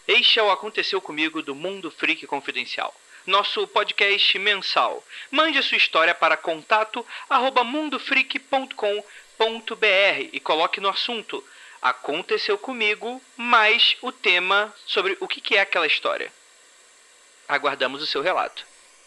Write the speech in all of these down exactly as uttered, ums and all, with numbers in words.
Este é o Aconteceu Comigo do Mundo Freak Confidencial, nosso podcast mensal. Mande a sua história para contato arroba mundofreak ponto com ponto br e coloque no assunto Aconteceu Comigo, mais o tema sobre o que é aquela história. Aguardamos o seu relato.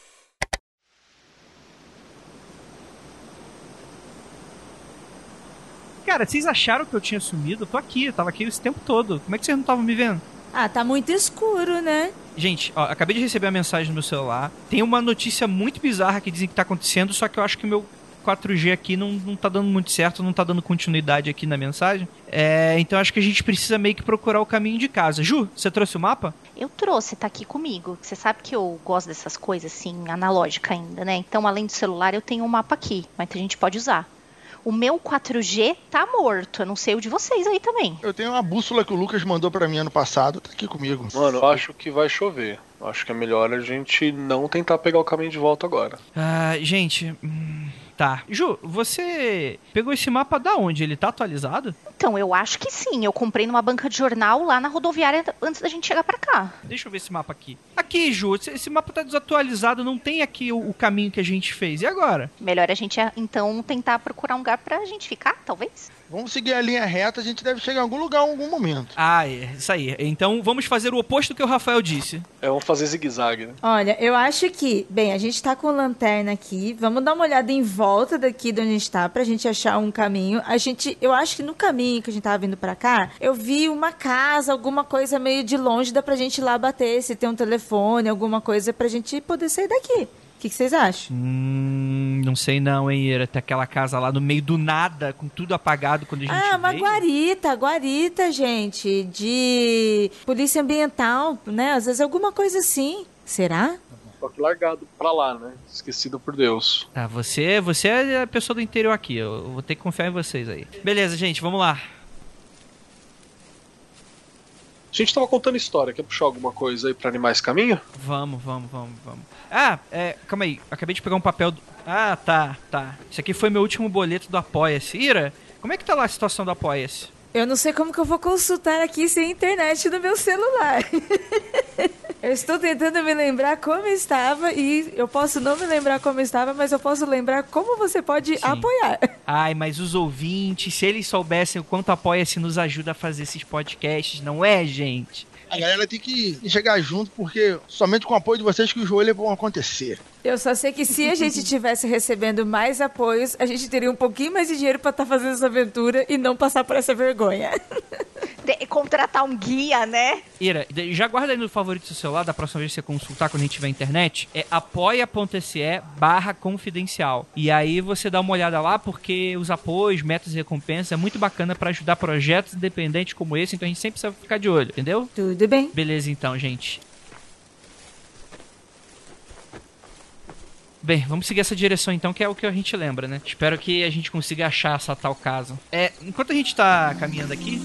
Cara, vocês acharam que eu tinha sumido? Eu tô aqui, eu tava aqui esse tempo todo. Como é que vocês não estavam me vendo? Ah, tá muito escuro, né? Gente, ó, acabei de receber a mensagem no meu celular. Tem uma notícia muito bizarra que dizem que tá acontecendo, só que eu acho que o meu quatro G aqui não, não tá dando muito certo, não tá dando continuidade aqui na mensagem. É, então acho que a gente precisa meio que procurar o caminho de casa. Ju, você trouxe o mapa? Eu trouxe, tá aqui comigo. Você sabe que eu gosto dessas coisas, assim, analógica ainda, né? Então, além do celular, eu tenho um mapa aqui, mas a gente pode usar. O meu quatro G tá morto, eu não sei o de vocês aí também. Eu tenho uma bússola que o Lucas mandou pra mim ano passado, tá aqui comigo. Mano, eu acho que vai chover. Acho que é melhor a gente não tentar pegar o caminho de volta agora. Ah, gente... Hum, tá. Ju, você pegou esse mapa da onde? Ele tá atualizado? Então, eu acho que sim. Eu comprei numa banca de jornal lá na rodoviária antes da gente chegar pra cá. Deixa eu ver esse mapa aqui. Aqui, Ju, esse mapa tá desatualizado, não tem aqui o, o caminho que a gente fez. E agora? Melhor a gente, então, tentar procurar um lugar pra gente ficar, talvez? Vamos seguir a linha reta, a gente deve chegar em algum lugar em algum momento. Ah, é, isso aí. Então vamos fazer o oposto do que o Rafael disse. É, vamos fazer zigue-zague, né? Olha, eu acho que, bem, a gente tá com lanterna aqui, vamos dar uma olhada em volta daqui de onde a gente tá, pra gente achar um caminho. A gente, eu acho que no caminho que a gente tava vindo pra cá, eu vi uma casa, alguma coisa meio de longe, dá pra gente ir lá bater, se tem um telefone, alguma coisa pra gente poder sair daqui. O que, que vocês acham? Hum, não sei não, hein, Ira. Tem aquela casa lá no meio do nada, com tudo apagado quando a gente Ah, uma veio. guarita, guarita, gente, de polícia ambiental, né? Às vezes alguma coisa assim. Será? Só que largado pra lá, né? Esquecido por Deus. Tá, você, você é a pessoa do interior aqui. Eu vou ter que confiar em vocês aí. Beleza, gente, vamos lá. A gente tava contando história. Quer puxar alguma coisa aí pra animar esse caminho? Vamos, vamos, vamos, vamos. Ah, é, calma aí. Acabei de pegar um papel do... Ah, tá, tá. Isso aqui foi meu último boleto do Apoia-se. Ira, como é que tá lá a situação do Apoia-se? Eu não sei como que eu vou consultar aqui sem internet no meu celular. Eu estou tentando me lembrar como estava e eu posso não me lembrar como estava, mas eu posso lembrar como você pode Sim. apoiar. Ai, mas os ouvintes, se eles soubessem o quanto Apoia-se nos ajuda a fazer esses podcasts, não é, gente? A galera tem que chegar junto, porque somente com o apoio de vocês que os joelhos vão acontecer. Eu só sei que se a gente tivesse recebendo mais apoios, a gente teria um pouquinho mais de dinheiro pra estar fazendo essa aventura e não passar por essa vergonha. De- contratar um guia, né? Ira, já guarda aí no favorito do seu celular, da próxima vez que você consultar quando a gente tiver internet, é apoia.se barra confidencial. E aí você dá uma olhada lá, porque os apoios, metas e recompensas é muito bacana pra ajudar projetos independentes como esse, então a gente sempre precisa ficar de olho, entendeu? Tudo bem. Beleza então, gente. Bem, vamos seguir essa direção então, que é o que a gente lembra, né? Espero que a gente consiga achar essa tal casa. É, enquanto a gente tá caminhando aqui...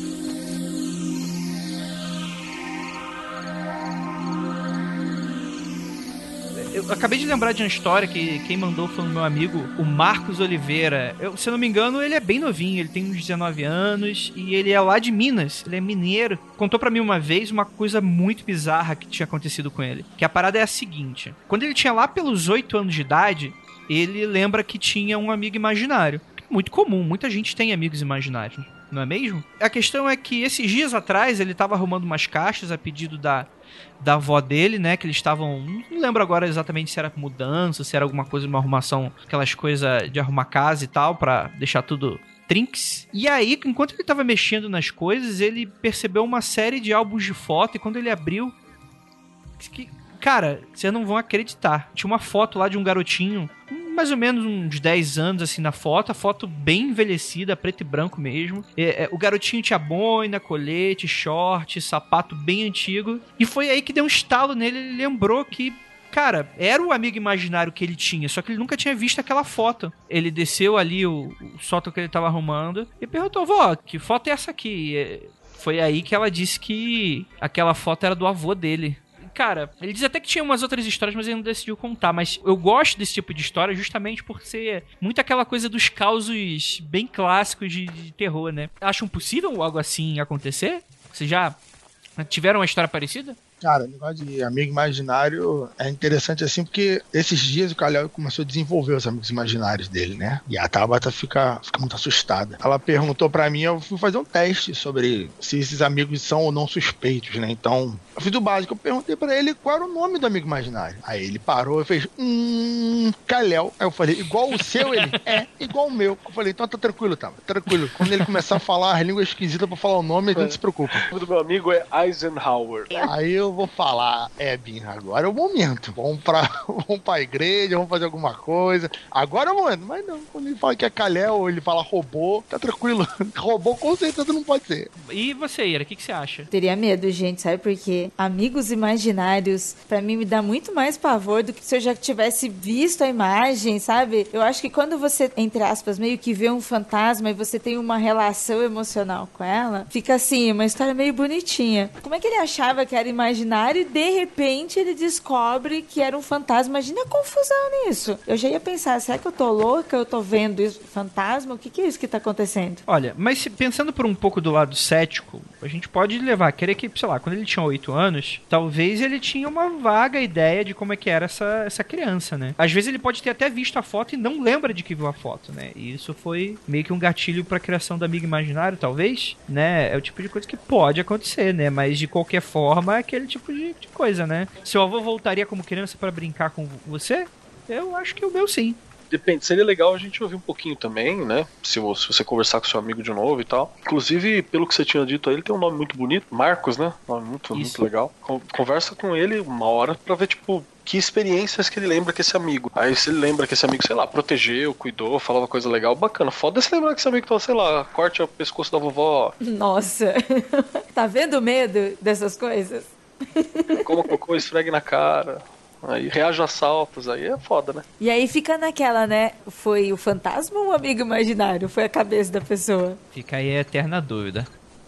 Eu acabei de lembrar de uma história que quem mandou foi o meu amigo, o Marcos Oliveira. Eu, se eu não me engano, ele é bem novinho, ele tem uns dezenove anos e ele é lá de Minas, ele é mineiro. Contou pra mim uma vez uma coisa muito bizarra que tinha acontecido com ele. Que a parada é a seguinte: quando ele tinha lá pelos oito anos de idade, ele lembra que tinha um amigo imaginário. Muito comum, muita gente tem amigos imaginários, não é mesmo? A questão é que esses dias atrás ele tava arrumando umas caixas a pedido da... da avó dele, né, que eles estavam, não lembro agora exatamente se era mudança, se era alguma coisa, uma arrumação, aquelas coisas de arrumar casa e tal, pra deixar tudo trinks. E aí, enquanto ele tava mexendo nas coisas, ele percebeu uma série de álbuns de foto, e quando ele abriu, que, cara, vocês não vão acreditar, tinha uma foto lá de um garotinho, mais ou menos uns dez anos assim na foto, a foto bem envelhecida, preto e branco mesmo. É, é, o garotinho tinha boina, colete, short, sapato bem antigo. E foi aí que deu um estalo nele, ele lembrou que, cara, era o amigo imaginário que ele tinha, só que ele nunca tinha visto aquela foto. Ele desceu ali o, o sótão que ele tava arrumando e perguntou: vó, que foto é essa aqui? E foi aí que ela disse que aquela foto era do avô dele. Cara, ele diz até que tinha umas outras histórias, mas ele não decidiu contar. Mas eu gosto desse tipo de história justamente por ser muito aquela coisa dos causos bem clássicos de, de terror, né? Acham possível algo assim acontecer? Você já Tiveram uma história parecida? Cara, o negócio de amigo imaginário é interessante assim, porque esses dias o Kal-El começou a desenvolver os amigos imaginários dele, né? E a Tabata fica, fica muito assustada. Ela perguntou pra mim, eu fui fazer um teste sobre se esses amigos são ou não suspeitos, né? Então, eu fiz o básico, eu perguntei pra ele qual era o nome do amigo imaginário. Aí ele parou e fez, hum, Kal-El. Aí eu falei, igual o seu? Ele, é, igual o meu. Eu falei, então tá tranquilo, tá? Tranquilo. Quando ele começar a falar as línguas esquisitas pra falar o nome, ele não se preocupa. O nome do meu amigo é Eisenhower. Aí eu vou falar, é, Bin, agora é o momento. Vamos pra, vamos pra igreja, vamos fazer alguma coisa. Agora é o momento. Mas não, quando ele fala que é Kal-El ou ele fala robô, tá tranquilo. Robô com certeza não pode ser. E você, Ira, o que, que você acha? Teria medo, gente, sabe por quê? Amigos imaginários, pra mim, me dá muito mais pavor do que se eu já tivesse visto a imagem, sabe? Eu acho que quando você, entre aspas, meio que vê um fantasma e você tem uma relação emocional com ela, fica assim, uma história meio bonitinha. Como é que ele achava que era imaginário e de repente ele descobre que era um fantasma? Imagina a confusão nisso. Eu já ia pensar, será que eu tô louca? Eu tô vendo isso, fantasma? O que, que é isso que tá acontecendo? Olha, mas se, pensando por um pouco do lado cético, a gente pode levar a querer que, sei lá, quando ele tinha oito anos, talvez ele tinha uma vaga ideia de como é que era essa, essa criança, né? Às vezes ele pode ter até visto a foto e não lembra de que viu a foto, né? E isso foi meio que um gatilho pra criação do amigo imaginário, talvez, né? É o tipo de coisa que pode acontecer, né? Mas de qualquer forma é aquele tipo de, de coisa, né? Seu avô voltaria como criança pra brincar com você? Eu acho que o meu sim. Depende, seria legal a gente ouvir um pouquinho também, né? Se você, se você conversar com seu amigo de novo e tal. Inclusive, pelo que você tinha dito aí, ele tem um nome muito bonito, Marcos, né? Um nome muito, muito legal. Conversa com ele uma hora pra ver, tipo, que experiências que ele lembra que esse amigo. Aí se ele lembra que esse amigo, sei lá, protegeu, cuidou, falava coisa legal, bacana. Foda se lembrar que esse amigo tava, sei lá, corte o pescoço da vovó. Nossa, tá vendo medo dessas coisas? Como cocô, esfregue na cara. Aí reage a assaltos, aí é foda, né? E aí fica naquela, né? Foi o fantasma ou o amigo imaginário? Foi a cabeça da pessoa? Fica aí a eterna dúvida.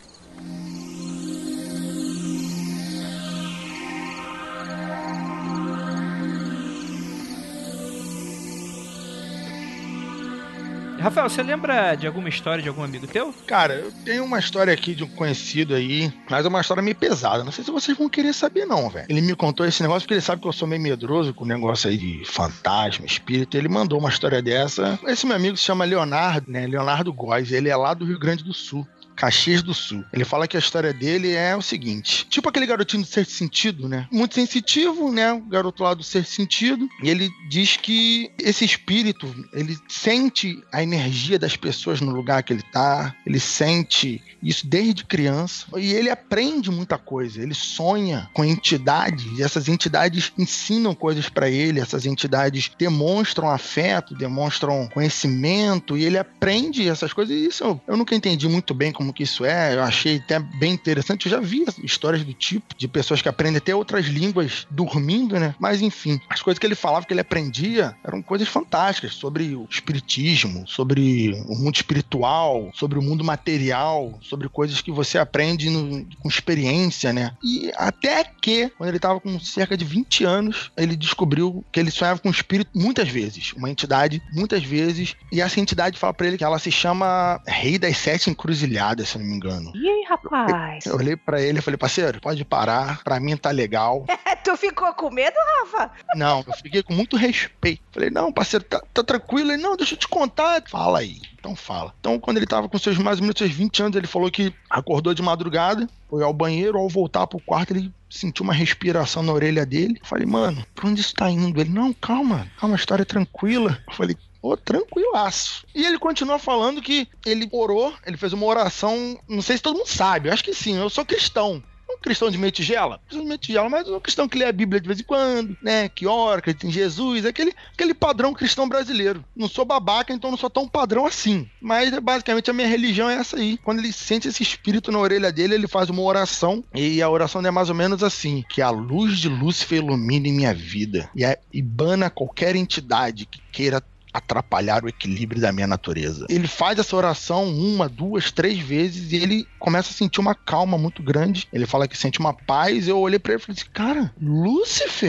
Rafael, você lembra de alguma história de algum amigo teu? Cara, eu tenho uma história aqui de um conhecido aí, mas é uma história meio pesada. Não sei se vocês vão querer saber não, velho. Ele me contou esse negócio porque ele sabe que eu sou meio medroso com o negócio aí de fantasma, espírito. Ele mandou uma história dessa. Esse meu amigo se chama Leonardo, né? Leonardo Góes. Ele é lá do Rio Grande do Sul. Caxias do Sul. Ele fala que a história dele é o seguinte, tipo aquele garotinho do Sexto Sentido, né? Muito sensitivo, né? O garoto lá do Sexto Sentido. E ele diz que esse espírito, ele sente a energia das pessoas no lugar que ele tá. Ele sente isso desde criança. E ele aprende muita coisa. Ele sonha com entidades. E essas entidades ensinam coisas pra ele. Essas entidades demonstram afeto, demonstram conhecimento. E ele aprende essas coisas. E isso eu, eu nunca entendi muito bem como que isso é, eu achei até bem interessante, eu já vi histórias do tipo, de pessoas que aprendem até outras línguas dormindo, né, mas enfim, as coisas que ele falava, que ele aprendia, eram coisas fantásticas, sobre o espiritismo, sobre o mundo espiritual, sobre o mundo material, sobre coisas que você aprende no, com experiência, né, e até que, quando ele tava com cerca de vinte anos, ele descobriu que ele sonhava com um espírito muitas vezes, uma entidade muitas vezes, e essa entidade fala pra ele que ela se chama Rei das Sete Encruzilhadas, se não me engano. E aí, rapaz? Eu, eu olhei pra ele e falei, parceiro, pode parar, pra mim tá legal. Tu ficou com medo, Rafa? Não, eu fiquei com muito respeito. Falei, não, parceiro, tá, tá tranquilo? Ele, não, deixa eu te contar. Fala aí. Então fala. Então, quando ele tava com seus mais ou menos seus vinte anos, ele falou que acordou de madrugada, foi ao banheiro, ao voltar pro quarto, ele sentiu uma respiração na orelha dele. Eu falei, mano, pra onde isso tá indo? Ele, não, calma, calma, história é tranquila. Eu falei, ô, tranquilaço. E ele continua falando que ele orou, ele fez uma oração, não sei se todo mundo sabe, eu acho que sim, eu sou cristão. Um cristão de meia tigela, cristão de meia tigela, mas um cristão que lê a Bíblia de vez em quando, né, que ora, acredita em Jesus, aquele, aquele padrão cristão brasileiro. Não sou babaca, então não sou tão padrão assim. Mas basicamente a minha religião é essa aí. Quando ele sente esse espírito na orelha dele, ele faz uma oração, e a oração é mais ou menos assim, que a luz de Lúcifer ilumine minha vida, e, a, e bana qualquer entidade que queira atrapalhar o equilíbrio da minha natureza. Ele faz essa oração uma, duas, três vezes e ele começa a sentir uma calma muito grande. Ele fala que sente uma paz. Eu olhei pra ele e falei assim, cara, Lúcifer?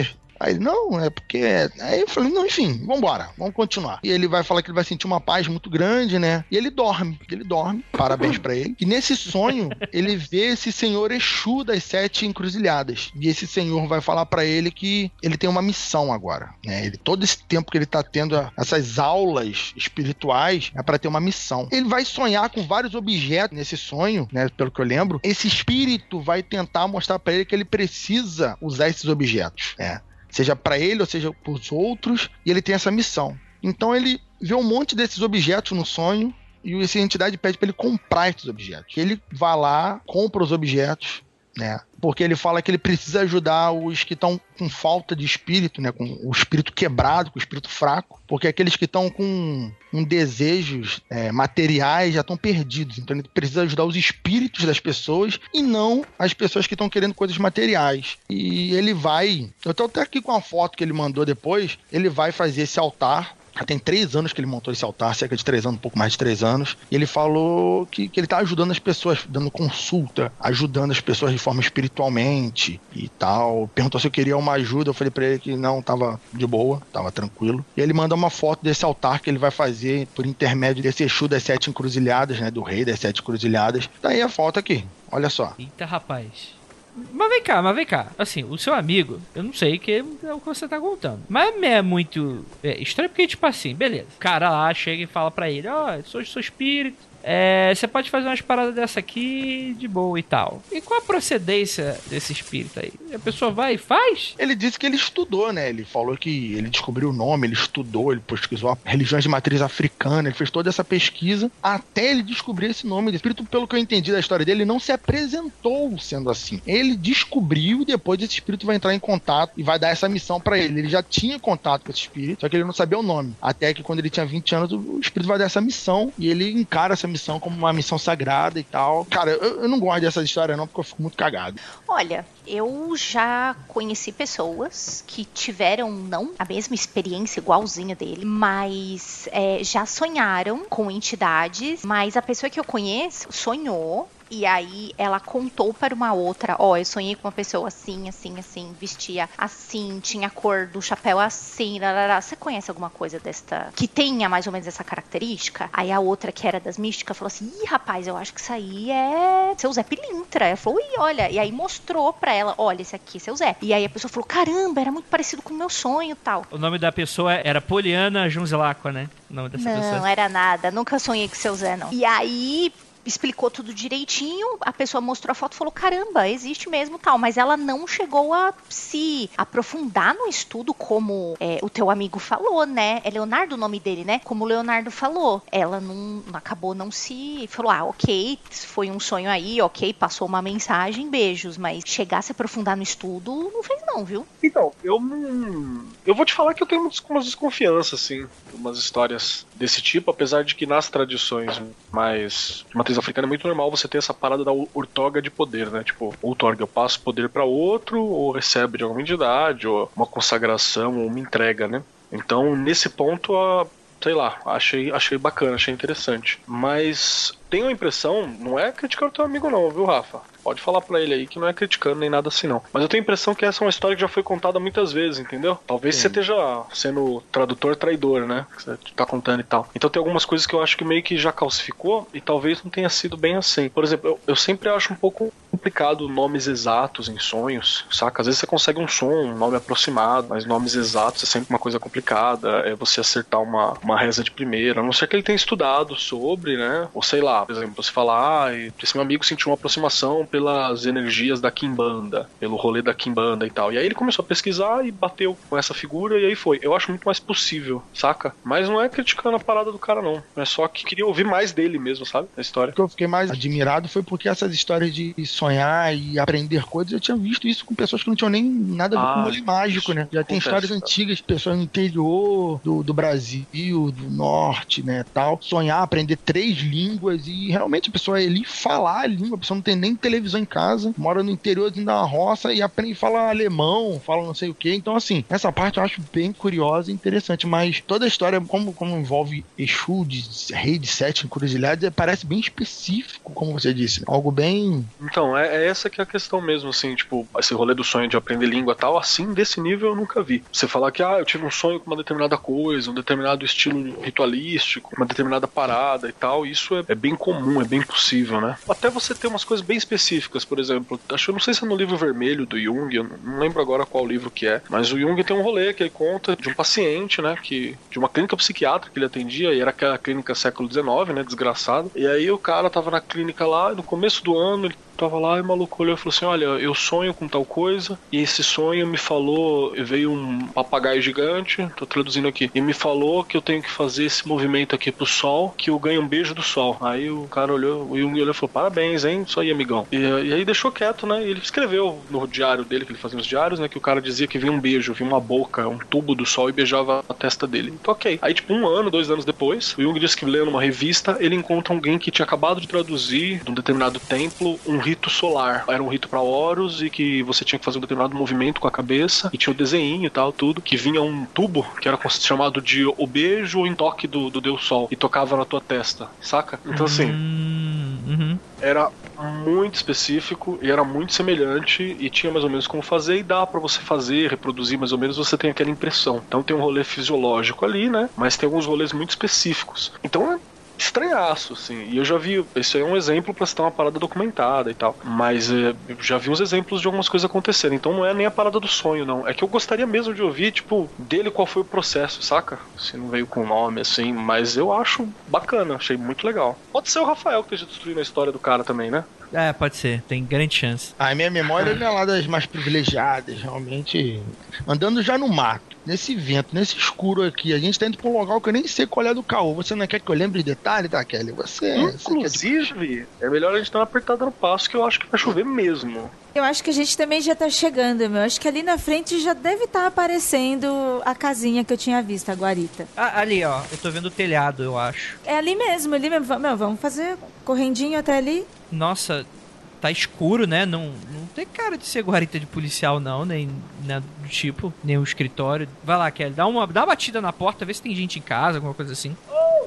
Aí ele, não, é porque... Aí eu falei, não, enfim, vambora, vamos continuar. E ele vai falar que ele vai sentir uma paz muito grande, né? E ele dorme, ele dorme, parabéns pra ele. E nesse sonho, ele vê esse senhor Exu das sete encruzilhadas. E esse senhor vai falar pra ele que ele tem uma missão agora, né? Ele, todo esse tempo que ele tá tendo essas aulas espirituais é pra ter uma missão. Ele vai sonhar com vários objetos nesse sonho, né? Pelo que eu lembro. Esse espírito vai tentar mostrar pra ele que ele precisa usar esses objetos, né? Seja pra ele ou seja pros outros. E ele tem essa missão. Então ele vê um monte desses objetos no sonho e essa entidade pede pra ele comprar esses objetos. Ele vai lá, compra os objetos, né? Porque ele fala que ele precisa ajudar os que estão com falta de espírito, né? Com o espírito quebrado, com o espírito fraco. Porque aqueles que estão com um desejos é, materiais já estão perdidos. Então ele precisa ajudar os espíritos das pessoas e não as pessoas que estão querendo coisas materiais. E ele vai... Eu tô até aqui com a foto que ele mandou depois. Ele vai fazer esse altar. Já tem três anos que ele montou esse altar, cerca de três anos, um pouco mais de três anos. E ele falou que, que ele tá ajudando as pessoas, dando consulta, ajudando as pessoas de forma espiritualmente e tal. Perguntou se eu queria uma ajuda, eu falei pra ele que não, tava de boa, tava tranquilo. E ele manda uma foto desse altar que ele vai fazer por intermédio desse Exu das sete encruzilhadas, né, do rei das sete encruzilhadas. Tá aí a foto aqui, olha só. Eita, rapaz. Mas vem cá, mas vem cá. Assim, o seu amigo, eu não sei que é o que você tá contando. Mas é muito é, estranho porque, tipo assim, beleza. O cara lá chega e fala pra ele, ó, oh, sou seu espírito. É, você pode fazer umas paradas dessa aqui de boa e tal. E qual a procedência desse espírito aí? A pessoa vai e faz? Ele disse que ele estudou, né? Ele falou que ele descobriu o nome, ele estudou, ele pesquisou religiões de matriz africana, ele fez toda essa pesquisa até ele descobrir esse nome do espírito. Pelo que eu entendi da história dele, ele não se apresentou sendo assim. Ele descobriu e depois esse espírito vai entrar em contato e vai dar essa missão pra ele. Ele já tinha contato com esse espírito, só que ele não sabia o nome. Até que quando ele tinha vinte anos, o espírito vai dar essa missão e ele encara essa missão missão como uma missão sagrada e tal. Cara, eu, eu não gosto dessa história não, porque eu fico muito cagado. Olha, eu já conheci pessoas que tiveram, não a mesma experiência igualzinha dele, mas é, já sonharam com entidades, mas a pessoa que eu conheço sonhou. E aí ela contou para uma outra, ó, oh, eu sonhei com uma pessoa assim, assim, assim, vestia assim, tinha a cor do chapéu assim, larará. Você conhece alguma coisa desta, que tenha mais ou menos essa característica? Aí a outra, que era das místicas, falou assim, ih, rapaz, eu acho que isso aí é seu Zé Pilintra. Ela falou, ih, olha, e aí mostrou pra ela, olha, esse aqui é seu Zé. E aí a pessoa falou, caramba, era muito parecido com o meu sonho e tal. O nome da pessoa era Poliana Junzelacqua, né? O nome dessa não, pessoa. Não, era nada, nunca sonhei com seu Zé, não. E aí... explicou tudo direitinho, a pessoa mostrou a foto e falou, caramba, existe mesmo tal, mas ela não chegou a se aprofundar no estudo como é, o teu amigo falou, né? É Leonardo o nome dele, né? Como o Leonardo falou, ela não acabou não se... falou, ah, ok, foi um sonho aí, ok, passou uma mensagem, beijos, mas chegar a se aprofundar no estudo, não fez não, viu? Então, eu não... eu vou te falar que eu tenho umas desconfianças, assim, umas histórias desse tipo, apesar de que nas tradições mais... de matriz africana é muito normal você ter essa parada da outorga de poder, né? Tipo, outorga, eu passo poder pra outro, ou recebe de alguma entidade, ou uma consagração, ou uma entrega, né? Então, nesse ponto, a, sei lá, achei, achei bacana, achei interessante. Mas tenho a impressão, não é criticando teu amigo não, viu, Rafa? Pode falar pra ele aí que não é criticando nem nada assim, não. Mas eu tenho a impressão que essa é uma história que já foi contada muitas vezes, entendeu? Talvez Sim. você esteja sendo tradutor traidor, né? Que você tá contando e tal. Então tem algumas coisas que eu acho que meio que já calcificou e talvez não tenha sido bem assim. Por exemplo, eu, eu sempre acho um pouco complicado nomes exatos em sonhos, saca? Às vezes você consegue um som, um nome aproximado, mas nomes exatos é sempre uma coisa complicada. É você acertar uma, uma reza de primeira. A não ser que ele tenha estudado sobre, né? Ou sei lá, por exemplo, você falar, ah, esse meu amigo sentiu uma aproximação pelas energias da Quimbanda, pelo rolê da Quimbanda e tal. E aí ele começou a pesquisar e bateu com essa figura e aí foi. Eu acho muito mais possível, saca? Mas não é criticando a parada do cara, não. É só que queria ouvir mais dele mesmo, sabe? A história. O que eu fiquei mais admirado foi porque essas histórias de sonhar e aprender coisas, eu tinha visto isso com pessoas que não tinham nem nada a ver ah, com o olho mágico, né? Já tem histórias cara. antigas, pessoas no interior do, do Brasil, do norte, né, tal. Sonhar, aprender três línguas e E realmente a pessoa é ali falar a língua, a pessoa não tem nem televisão em casa, mora no interior da roça e aprende a falar alemão, fala não sei o que. Então, assim, essa parte eu acho bem curiosa e interessante, mas toda a história, como, como envolve Exu, de rei de sete encruzilhadas, parece bem específico, como você disse. Algo bem... Então, é, é essa que é a questão mesmo, assim, tipo, esse rolê do sonho de aprender língua e tal, assim, desse nível eu nunca vi. Você falar que, ah, eu tive um sonho com uma determinada coisa, um determinado estilo ritualístico, uma determinada parada e tal, isso é, é bem comum, é bem possível, né? Até você ter umas coisas bem específicas, por exemplo, acho que eu não sei se é no livro vermelho do Jung, eu não lembro agora qual livro que é, mas o Jung tem um rolê que ele conta de um paciente, né, que, de uma clínica psiquiátrica que ele atendia, e era aquela clínica século dezenove, né, desgraçado, e aí o cara tava na clínica lá, no começo do ano, ele tava lá e o maluco olhou e falou assim, olha, eu sonho com tal coisa, e esse sonho me falou, veio um papagaio gigante, tô traduzindo aqui, e me falou que eu tenho que fazer esse movimento aqui pro sol, que eu ganho um beijo do sol. Aí o cara olhou, o Jung olhou e falou, parabéns, hein, isso aí, amigão. E, e aí deixou quieto, né, e ele escreveu no diário dele, que ele fazia nos diários, né, que o cara dizia que vinha um beijo, vinha uma boca, um tubo do sol e beijava a testa dele. Então, ok. Aí, tipo, um ano, dois anos depois, o Jung disse que lendo uma revista, ele encontra alguém que tinha acabado de traduzir, de um determinado templo, um rito solar. Era um rito pra Horus e que você tinha que fazer um determinado movimento com a cabeça e tinha o desenho e tal, tudo, que vinha um tubo que era chamado de o beijo ou toque do, do Deus Sol e tocava na tua testa, saca? Então assim, uhum. Era muito específico e era muito semelhante e tinha mais ou menos como fazer e dá pra você fazer, reproduzir mais ou menos, você tem aquela impressão. Então tem um rolê fisiológico ali, né? Mas tem alguns rolês muito específicos. Então é estranhaço, assim, e eu já vi, esse aí é um exemplo pra citar uma parada documentada e tal, mas é, eu já vi uns exemplos de algumas coisas acontecerem, então não é nem a parada do sonho, não, é que eu gostaria mesmo de ouvir, tipo, dele qual foi o processo, saca? Se não veio com nome, assim, mas eu acho bacana, achei muito legal. Pode ser o Rafael que esteja destruindo a história do cara também, né? É, pode ser, tem grande chance. A minha memória não é lá das mais privilegiadas, realmente, andando já no mato, nesse vento, nesse escuro aqui, a gente tá indo pra um local que eu nem sei qual é do caô. Você não quer que eu lembre de detalhe, tá, Kelly? Você, Inclusive, você quer... é melhor a gente dar uma apertada no passo, que eu acho que vai chover mesmo. Eu acho que a gente também já tá chegando, meu. Acho que ali na frente já deve estar tá aparecendo a casinha que eu tinha visto, a guarita. Ah, ali, ó. Eu tô vendo o telhado, eu acho. É ali mesmo, ali mesmo. Meu, vamos fazer correndinho até ali. Nossa, tá escuro, né? Não, não tem cara de ser guarita de policial, não, nem né, do tipo, nem o escritório. Vai lá, Kelly, dá uma, dá uma batida na porta, vê se tem gente em casa, alguma coisa assim.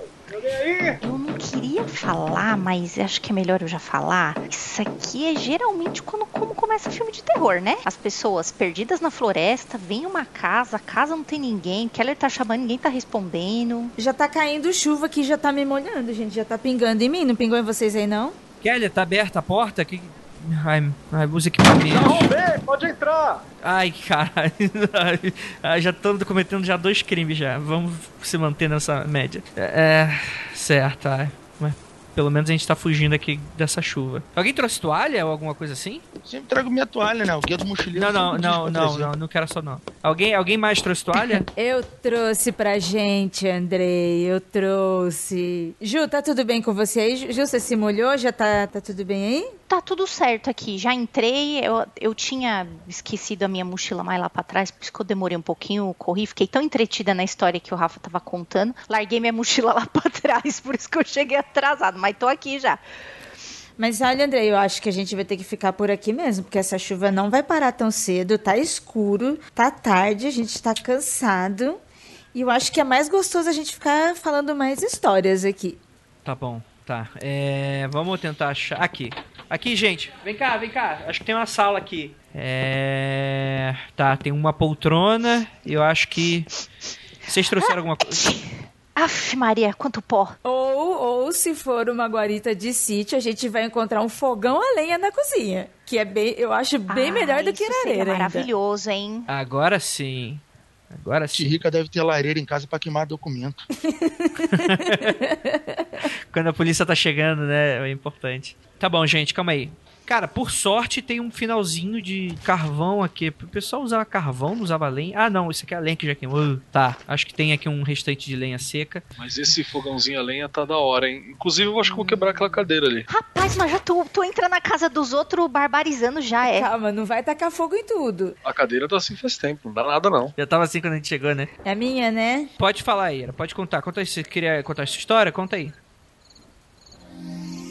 Eu não queria falar, mas acho que é melhor eu já falar. Isso aqui é geralmente quando como começa filme de terror, né? As pessoas perdidas na floresta, vem uma casa, a casa não tem ninguém, Keller tá chamando, ninguém tá respondendo. Já tá caindo chuva aqui, já tá me molhando, gente, já tá pingando em mim. Não pingou em vocês aí, não? Kelly, tá aberta a porta? Que... Ai, ai, os equipamentos. Não, bem, pode entrar! Ai, caralho. Ai, já tô cometendo já dois crimes já. Vamos se manter nessa média. É, certo, ai. Mas pelo menos a gente tá fugindo aqui dessa chuva. Alguém trouxe toalha ou alguma coisa assim? Sempre trago minha toalha, né? O guia do mochileiro. Não, não, não, não, não, não quero só não. Alguém, alguém mais trouxe toalha? Eu trouxe pra gente, Andrei, eu trouxe. Ju, tá tudo bem com você aí? Ju, você se molhou? Já tá, tá tudo bem aí? Tá tudo certo aqui, já entrei, eu, eu tinha esquecido a minha mochila mais lá pra trás, por isso que eu demorei um pouquinho, corri, fiquei tão entretida na história que o Rafa tava contando, larguei minha mochila lá pra trás, por isso que eu cheguei atrasado, mas tô aqui já. Mas olha, André, eu acho que a gente vai ter que ficar por aqui mesmo, porque essa chuva não vai parar tão cedo, tá escuro, tá tarde, a gente tá cansado, e eu acho que é mais gostoso a gente ficar falando mais histórias aqui. Tá bom, tá. É, vamos tentar achar... Aqui. Aqui, gente. Vem cá, vem cá. Acho que tem uma sala aqui. É... Tá, tem uma poltrona. Eu acho que... Vocês trouxeram alguma coisa? Aff, Maria, quanto pó. Ou, ou, se for uma guarita de sítio, a gente vai encontrar um fogão a lenha na cozinha. Que é bem... Eu acho bem ah, melhor do que lareira. Maravilhoso, hein? Agora sim. Agora sim. Rica deve ter lareira em casa pra queimar documento. Quando a polícia tá chegando, né? É importante. Tá bom, gente, calma aí. Cara, por sorte tem um finalzinho de carvão aqui. O pessoal usava carvão, não usava lenha. Ah, não, isso aqui é a lenha que já queimou. Tá, acho que tem aqui um restante de lenha seca. Mas esse fogãozinho a lenha tá da hora, hein? Inclusive eu acho que vou quebrar aquela cadeira ali. Rapaz, mas já tô, tô entrando na casa dos outros barbarizando já, é. Calma, não vai tacar fogo em tudo. A cadeira tá assim faz tempo, não dá nada não. Já tava assim quando a gente chegou, né? É a minha, né? Pode falar aí, pode contar. Conta aí, você queria contar essa história? Conta aí.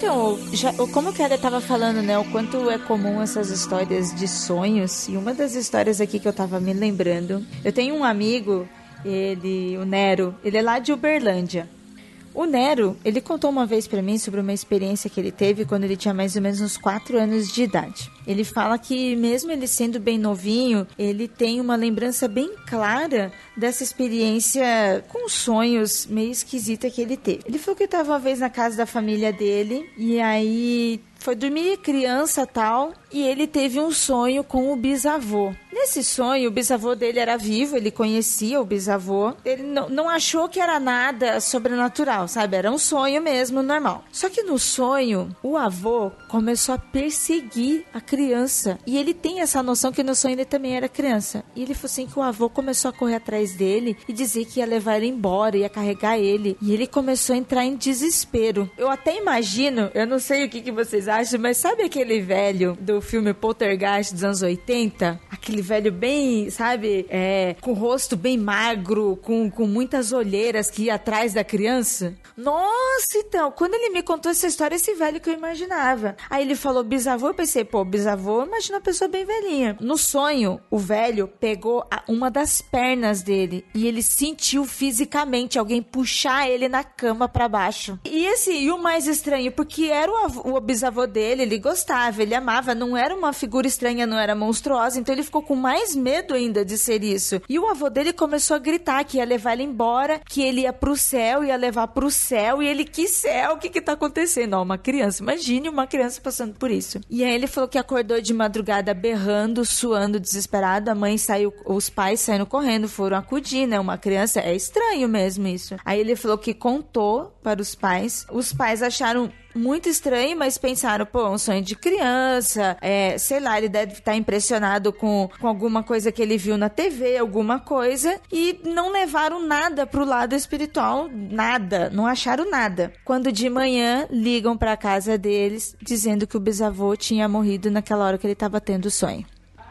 Então, já, como o Keller tava falando, né, o quanto é comum essas histórias de sonhos, e uma das histórias aqui que eu tava me lembrando, eu tenho um amigo, ele, o Nero, ele é lá de Uberlândia. O Nero, ele contou uma vez pra mim sobre uma experiência que ele teve quando ele tinha mais ou menos uns quatro anos de idade. Ele fala que mesmo ele sendo bem novinho, ele tem uma lembrança bem clara dessa experiência com sonhos meio esquisita que ele teve. Ele falou que estava uma vez na casa da família dele e aí foi dormir criança tal e ele teve um sonho com o bisavô. Nesse sonho, o bisavô dele era vivo, ele conhecia o bisavô. Ele não, não achou que era nada sobrenatural, sabe? Era um sonho mesmo, normal. Só que no sonho, o avô começou a perseguir a criança. E ele tem essa noção que no sonho ele também era criança. E ele falou assim que o avô começou a correr atrás dele e dizer que ia levar ele embora, ia carregar ele. E ele começou a entrar em desespero. Eu até imagino, eu não sei o que, que vocês acham, mas sabe aquele velho do filme Poltergeist dos anos oitenta? Aquele velho bem, sabe, é, com o rosto bem magro, com, com muitas olheiras que ia atrás da criança. Nossa, então, quando ele me contou essa história, esse velho que eu imaginava. Aí ele falou bisavô, eu pensei, pô, bisavô, imagina uma pessoa bem velhinha. No sonho, o velho pegou a, uma das pernas dele e ele sentiu fisicamente alguém puxar ele na cama pra baixo. E esse, e o mais estranho, porque era o, avô, o bisavô dele, ele gostava, ele amava, não era uma figura estranha, não era monstruosa, então ele ficou com mais medo ainda de ser isso. E o avô dele começou a gritar que ia levar ele embora, que ele ia pro céu, ia levar pro céu, e ele, que céu? O que que tá acontecendo? Ó, uma criança, imagine uma criança passando por isso. E aí ele falou que acordou de madrugada berrando, suando, desesperado, a mãe saiu, os pais saíram correndo, foram acudir, né? Uma criança, é estranho mesmo isso. Aí ele falou que contou para os pais, os pais acharam muito estranho, mas pensaram, pô, um sonho de criança, é, sei lá, ele deve estar impressionado com, com alguma coisa que ele viu na T V, alguma coisa, e não levaram nada pro lado espiritual, nada, não acharam nada. Quando de manhã ligam pra casa deles, dizendo que o bisavô tinha morrido naquela hora que ele tava tendo o sonho.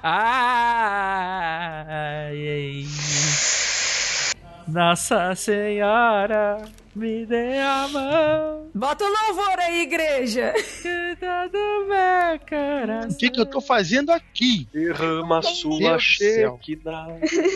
Ai, ai. Nossa Senhora, me dê a mão. Bota o louvor aí, igreja. O que que eu tô fazendo aqui? Derrama sua Shekinah.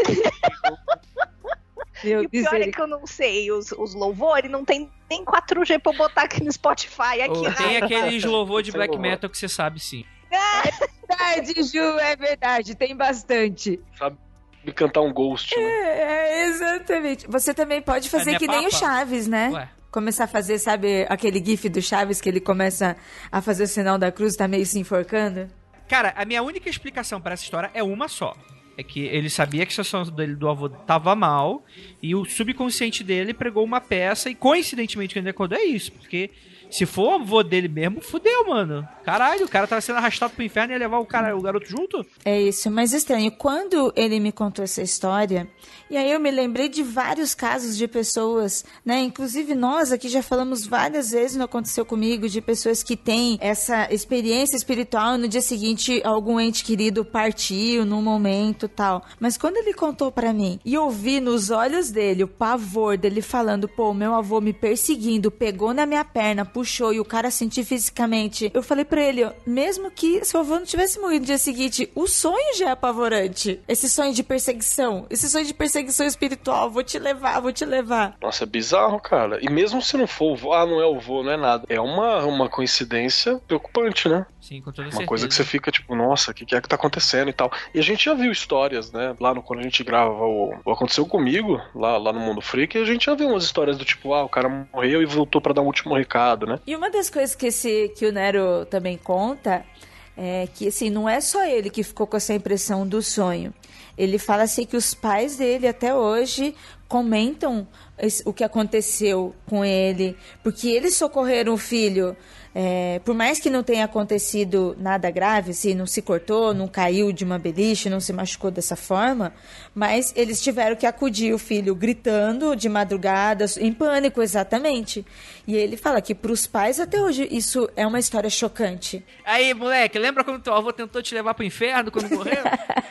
E o pior é que eu não sei, os, os louvores não tem nem quatro G pra eu botar aqui no Spotify. Aqui, oh, tem aqueles louvor de black louvor. metal que você sabe sim. É verdade, Ju, é verdade, tem bastante. Sabe cantar um Ghost, né? É, é, exatamente. Você também pode fazer é que papa? nem o Chaves, né? Ué. Começar a fazer, sabe, aquele gif do Chaves que ele começa a fazer o sinal da cruz e tá meio se enforcando? Cara, a minha única explicação para essa história é uma só. É que ele sabia que a situação dele, do avô tava mal e o subconsciente dele pregou uma peça e coincidentemente quando ele acordou é isso, porque se for o avô dele mesmo, fudeu, mano. Caralho, o cara tava sendo arrastado pro inferno e ia levar o, cara, o garoto junto? É isso, mas estranho. Quando ele me contou essa história, e aí eu me lembrei de vários casos de pessoas, né? Inclusive nós aqui já falamos várias vezes, não aconteceu comigo, de pessoas que têm essa experiência espiritual, no dia seguinte algum ente querido partiu num momento tal. Mas quando ele contou pra mim e eu vi nos olhos dele o pavor dele falando, pô, meu avô me perseguindo, pegou na minha perna, puxou e o cara sentiu fisicamente, eu falei pra ele, ó, mesmo que seu avô não tivesse morrido no dia seguinte, o sonho já é apavorante. Esse sonho de perseguição, esse sonho de perseguição espiritual, vou te levar, vou te levar. Nossa, é bizarro, cara. E mesmo se não for o vô, ah, não é o vô, não é nada. É uma, uma coincidência preocupante, né? Sim, com toda uma certeza. Coisa que você fica tipo, nossa, o que, que é que tá acontecendo e tal. E a gente já viu histórias, né? Lá no, quando a gente grava o, o Aconteceu Comigo, lá, lá no Mundo Freak, a gente já viu umas histórias do tipo, ah, o cara morreu e voltou pra dar um último recado, né? E uma das coisas que, esse, que o Nero também conta é que, assim, não é só ele que ficou com essa impressão do sonho. Ele fala, assim, que os pais dele até hoje comentam esse, o que aconteceu com ele, porque eles socorreram o filho. É, por mais que não tenha acontecido nada grave, assim, não se cortou, não caiu de uma beliche, não se machucou dessa forma, mas eles tiveram que acudir o filho gritando de madrugada, em pânico, exatamente. E ele fala que pros pais até hoje isso é uma história chocante. Aí, moleque, lembra quando teu avô tentou te levar pro inferno quando morreu?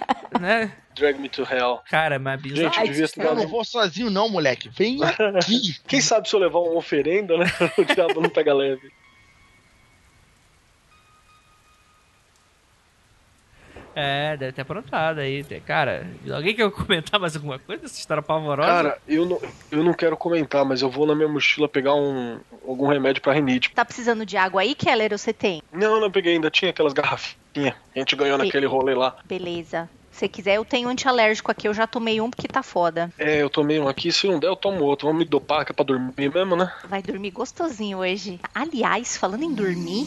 Né? Drag me to hell. Cara, mas bizarro. Gente, eu devia ter Eu não vou sozinho não, moleque. Vem aqui. Quem sabe se eu levar uma oferenda, né? O diabo não pega leve. É, deve ter aprontado aí. Cara, alguém quer comentar mais alguma coisa dessa história pavorosa? Cara, eu não, eu não quero comentar, mas eu vou na minha mochila pegar um, algum remédio pra rinite. Tá precisando de água aí, Keller, ou você tem? Não, não peguei ainda. Tinha aquelas garrafinhas que a gente ganhou Be- naquele rolê lá. Beleza. Se quiser, eu tenho antialérgico aqui. Eu já tomei um porque tá foda. É, eu tomei um aqui. Se não der, eu tomo outro. Vamos me dopar, que é pra dormir mesmo, né? Vai dormir gostosinho hoje. Aliás, falando em dormir...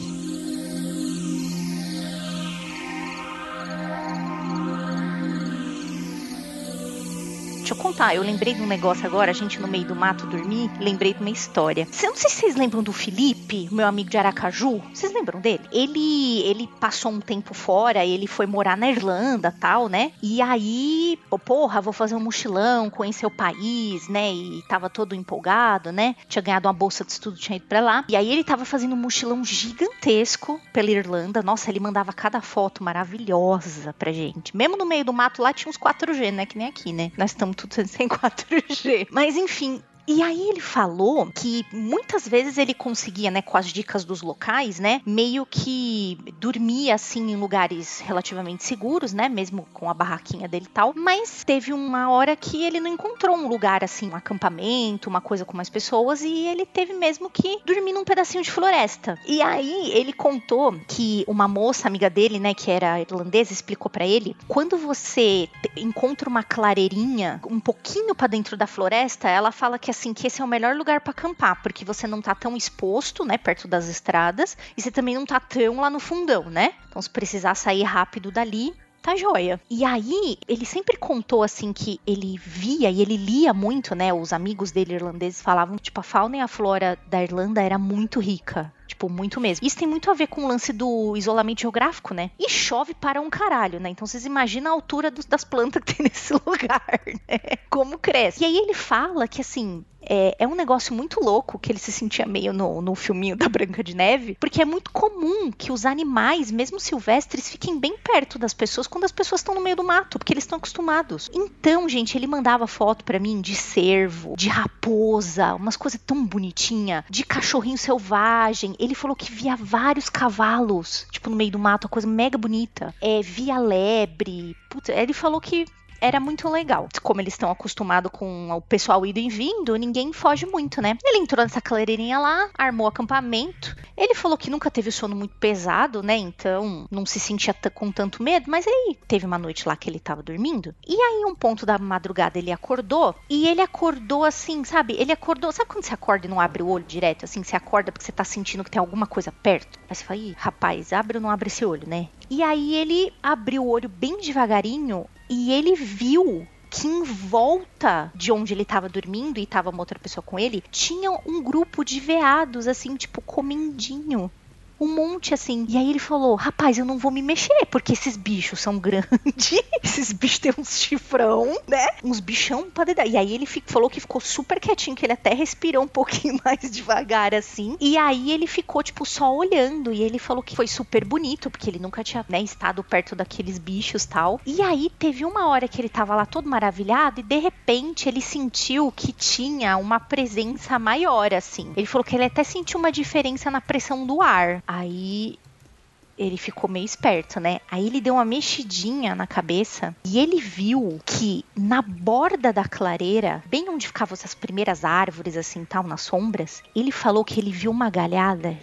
Deixa eu contar, eu lembrei de um negócio agora, a gente no meio do mato dormir, lembrei de uma história. Eu não sei se vocês lembram do Felipe, meu amigo de Aracaju, vocês lembram dele? Ele, ele passou um tempo fora, ele foi morar na Irlanda, tal, né? E aí, oh, porra, vou fazer um mochilão, conhecer o país, né? E tava todo empolgado, né? Tinha ganhado uma bolsa de estudo, tinha ido pra lá. E aí ele tava fazendo um mochilão gigantesco pela Irlanda. Nossa, ele mandava cada foto maravilhosa pra gente. Mesmo no meio do mato lá tinha uns quatro G, né? Que nem aqui, né? Nós estamos tudo sem quatro G. Mas enfim... E aí ele falou que muitas vezes ele conseguia, né, com as dicas dos locais, né, meio que dormia, assim, em lugares relativamente seguros, né, mesmo com a barraquinha dele e tal, mas teve uma hora que ele não encontrou um lugar, assim, um acampamento, uma coisa com mais pessoas, e ele teve mesmo que dormir num pedacinho de floresta. E aí ele contou que uma moça, amiga dele, né, que era irlandesa, explicou pra ele, quando você encontra uma clareirinha um pouquinho pra dentro da floresta, ela fala que assim, que esse é o melhor lugar para acampar, porque você não tá tão exposto, né, perto das estradas, e você também não tá tão lá no fundão, né? Então, se precisar sair rápido dali, tá joia. E aí, ele sempre contou, assim, que ele via e ele lia muito, né, os amigos dele irlandeses falavam, tipo, a fauna e a flora da Irlanda era muito rica. Tipo, muito mesmo. Isso tem muito a ver com o lance do isolamento geográfico, né? E chove para um caralho, né? Então vocês imaginam a altura dos, das plantas que tem nesse lugar, né? Como cresce. E aí ele fala que, assim... É, é um negócio muito louco, que ele se sentia meio no, no filminho da Branca de Neve, porque é muito comum que os animais, mesmo silvestres, fiquem bem perto das pessoas quando as pessoas estão no meio do mato, porque eles estão acostumados. Então, gente, ele mandava foto pra mim de cervo, de raposa, umas coisas tão bonitinhas, de cachorrinho selvagem. Ele falou que via vários cavalos, tipo, no meio do mato, uma coisa mega bonita. É, via lebre. Puta, ele falou que era muito legal. Como eles estão acostumados com o pessoal indo e vindo, ninguém foge muito, né? Ele entrou nessa clareirinha lá, armou acampamento. Ele falou que nunca teve o sono muito pesado, né? Então, não se sentia t- com tanto medo. Mas aí, teve uma noite lá que ele tava dormindo. E aí, um ponto da madrugada, ele acordou. E ele acordou assim, sabe? Ele acordou... Sabe quando você acorda e não abre o olho direto? Assim, você acorda porque você tá sentindo que tem alguma coisa perto. Aí você fala, ih, rapaz, abre ou não abre esse olho, né? E aí, ele abriu o olho bem devagarinho... E ele viu que em volta de onde ele estava dormindo e estava uma outra pessoa com ele, tinha um grupo de veados, assim, tipo, comendinho. Um monte, assim. E aí ele falou, rapaz, eu não vou me mexer, porque esses bichos são grandes, esses bichos têm uns chifrão, né? Uns bichão pra dedar. E aí ele fico, falou que ficou super quietinho, que ele até respirou um pouquinho mais devagar, assim. E aí ele ficou, tipo, só olhando. E ele falou que foi super bonito, porque ele nunca tinha, né, estado perto daqueles bichos e tal. E aí teve uma hora que ele tava lá todo maravilhado e de repente ele sentiu que tinha uma presença maior, assim. Ele falou que ele até sentiu uma diferença na pressão do ar. Aí ele ficou meio esperto, né? Aí ele deu uma mexidinha na cabeça e ele viu que na borda da clareira, bem onde ficavam essas primeiras árvores assim, tal, nas sombras, ele falou que ele viu uma galhada